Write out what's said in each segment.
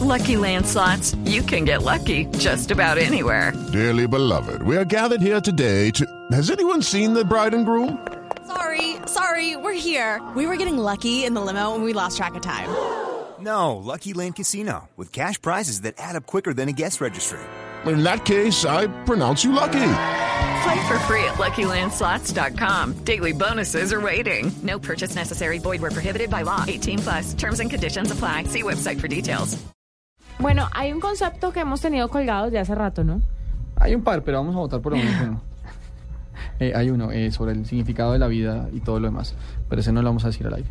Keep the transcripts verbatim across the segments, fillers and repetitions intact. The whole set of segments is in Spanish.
Lucky Land Slots, you can get lucky just about anywhere. Dearly beloved, we are gathered here today to... Has anyone seen the bride and groom? Sorry, sorry, we're here. We were getting lucky in the limo and we lost track of time. No, Lucky Land Casino, with cash prizes that add up quicker than a guest registry. In that case, I pronounce you lucky. Play for free at Lucky Land Slots dot com. Daily bonuses are waiting. No purchase necessary. Void where prohibited by law. eighteen plus. Terms and conditions apply. See website for details. Bueno, hay un concepto que hemos tenido colgado de hace rato, ¿no? Hay un par, pero vamos a votar por lo menos uno. Eh, hay uno eh, sobre el significado de la vida y todo lo demás, pero ese no lo vamos a decir al aire.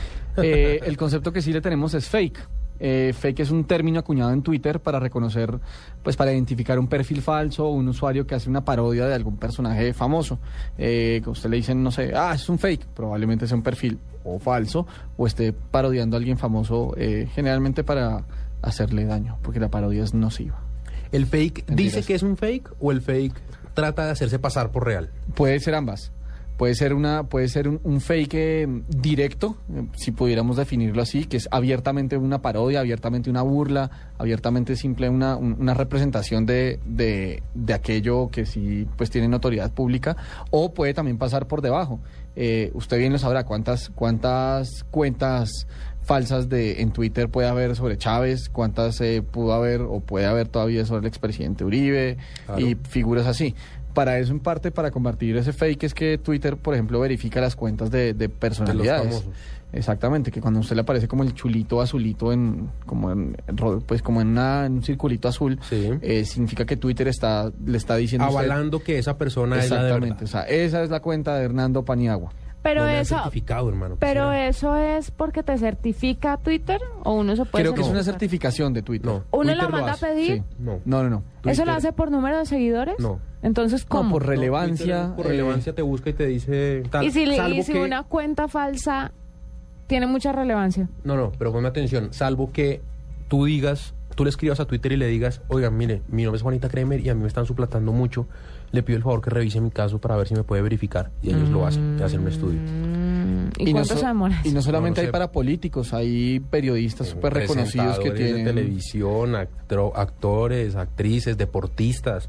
Eh, el concepto que sí le tenemos es fake. Eh, fake es un término acuñado en Twitter para reconocer, pues para identificar un perfil falso o un usuario que hace una parodia de algún personaje famoso. Eh, que usted le dicen, no sé, ah, es un fake, probablemente sea un perfil o falso o esté parodiando a alguien famoso, eh, generalmente para hacerle daño, porque la parodia es nociva. ¿El fake Mentiras. dice que es un fake o el fake trata de hacerse pasar por real? Puede ser ambas. Puede ser una, puede ser un, un fake eh, directo, eh, si pudiéramos definirlo así, que es abiertamente una parodia, abiertamente una burla, abiertamente simple una, un, una representación de, de, de aquello que sí pues tiene notoriedad pública, o puede también pasar por debajo. Eh, usted bien lo sabrá, cuántas, cuántas cuentas falsas de en Twitter puede haber sobre Chávez, cuántas eh, pudo haber o puede haber todavía sobre el expresidente Uribe, claro, y figuras así. Para eso, en parte, para combatir ese fake, es que Twitter, por ejemplo, verifica las cuentas de, de personalidades. De los famosos. Exactamente, que cuando a usted le aparece como el chulito azulito, en como en, pues como en, una, en un circulito azul, sí, eh, significa que Twitter está le está diciendo avalando usted, que esa persona es la de verdad. Exactamente, o sea, esa es la cuenta de Hernando Paniagua. Pero no eso, certificado, hermano. pero sí. eso es porque te certifica Twitter o uno se puede Creo que es una certificar? certificación de Twitter. No. ¿Uno Twitter la lo manda a hace. pedir? Sí. No. No, no, no. ¿Eso Twitter- lo hace por número de seguidores? No. Entonces, ¿cómo? No, por No, relevancia. Twitter por eh, relevancia te busca y te dice tal, Y si, le- salvo y si que... una cuenta falsa tiene mucha relevancia. No, no, pero ponme atención, salvo que tú digas, tú le escribas a Twitter y le digas, oigan, mire, mi nombre es Juanita Kremer y a mí me están suplantando mucho, le pido el favor que revise mi caso para ver si me puede verificar. Y ellos lo hacen, te hacen un estudio. ¿Y, no cuánto so- se demora? Y no solamente No, no sé. hay para políticos, hay periodistas súper reconocidos que Presentadores tienen... de televisión, actro- actores, actrices, deportistas.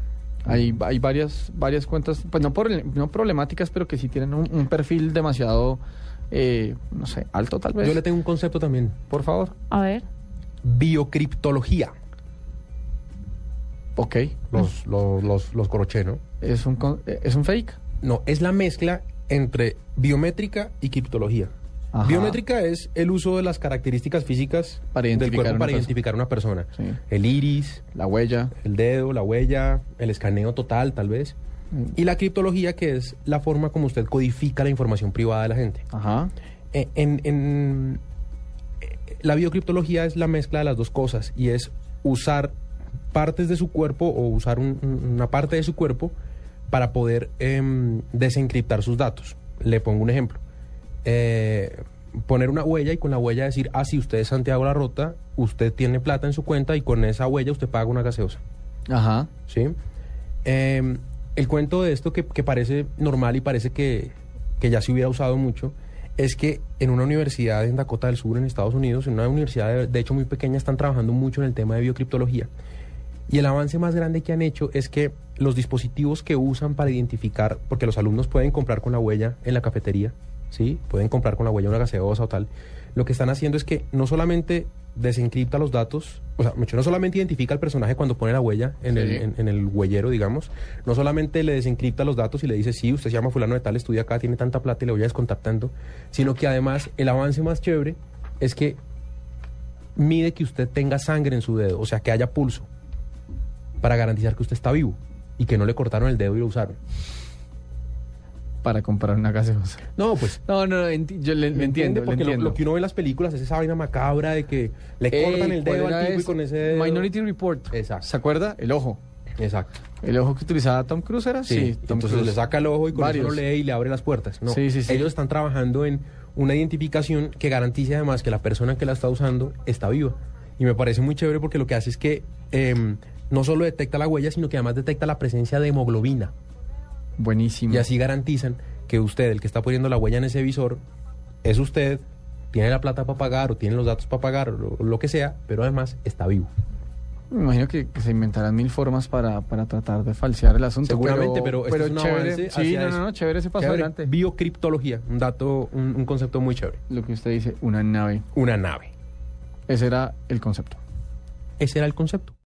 Hay, hay varias varias cuentas, pues no, por, no problemáticas, pero que sí tienen un, un perfil demasiado, eh, no sé, alto tal vez. Yo le tengo un concepto también. Por favor. A ver. Biocriptología. Ok. Los, los, los, los coroché, ¿no? ¿Es un, con- es un fake? No, es la mezcla entre biométrica y criptología. Ajá. Biométrica es el uso de las características físicas Para del identificar cuerpo una para persona. identificar una persona. Sí. El iris, La huella. el dedo, la huella, el escaneo total, tal vez. Y la criptología, que es la forma como usted codifica la información privada de la gente. Ajá. Eh, En, en- eh, la biocriptología es la mezcla de las dos cosas y es usar partes de su cuerpo o usar un- un- una parte de su cuerpo para poder em, desencriptar sus datos. Le pongo un ejemplo. Eh, poner una huella y con la huella decir, ah, si usted es Santiago La Rota, usted tiene plata en su cuenta y con esa huella usted paga una gaseosa. Ajá. ¿Sí? Eh, el cuento de esto que, que parece normal y parece que, que ya se hubiera usado mucho es que en una universidad en Dakota del Sur, en Estados Unidos, en una universidad de, de hecho muy pequeña, están trabajando mucho en el tema de biocriptología. Y el avance más grande que han hecho es que los dispositivos que usan para identificar, porque los alumnos pueden comprar con la huella en la cafetería, ¿sí? Pueden comprar con la huella una gaseosa o tal. Lo que están haciendo es que no solamente desencripta los datos, o sea, no solamente identifica al personaje cuando pone la huella en, Sí. el, en, en el huellero, digamos, no solamente le desencripta los datos y le dice, sí, usted se llama fulano de tal, estudia acá, tiene tanta plata y le voy a descontar tanto, sino que además el avance más chévere es que mide que usted tenga sangre en su dedo, o sea, que haya pulso, para garantizar que usted está vivo y que no le cortaron el dedo y lo usaron. Para comprar una gaseosa. No, pues... No, no, no, enti- yo le, le ¿me entiendo, entiende? le Porque lo, entiendo. lo que uno ve en las películas es esa vaina macabra de que le cortan Ey, el ¿cuál dedo era al tipo y ese? con ese dedo... Minority Report. Exacto. ¿Se acuerda? El ojo. Exacto. ¿El ojo que utilizaba Tom Cruise era? Sí, Tom entonces Cruise. le saca el ojo y con Varios. eso lo lee y le abre las puertas. No, Sí, sí, sí. ellos están trabajando en una identificación que garantice además que la persona que la está usando está viva. Y me parece muy chévere porque lo que hace es que eh, no solo detecta la huella, sino que además detecta la presencia de hemoglobina. Buenísimo. Y así garantizan que usted, el que está poniendo la huella en ese visor, es usted, tiene la plata para pagar o tiene los datos para pagar o lo, lo que sea, pero además está vivo. Me imagino que, que se inventarán mil formas para, para tratar de falsear el asunto. Seguramente, pero, pero, este es un chévere. avance Sí, hacia no, eso. no, no, chévere ese paso Chévere. adelante. Biocriptología, un dato, un, un concepto muy chévere. Lo que usted dice, una nave. Una nave. Ese era el concepto. Ese era el concepto.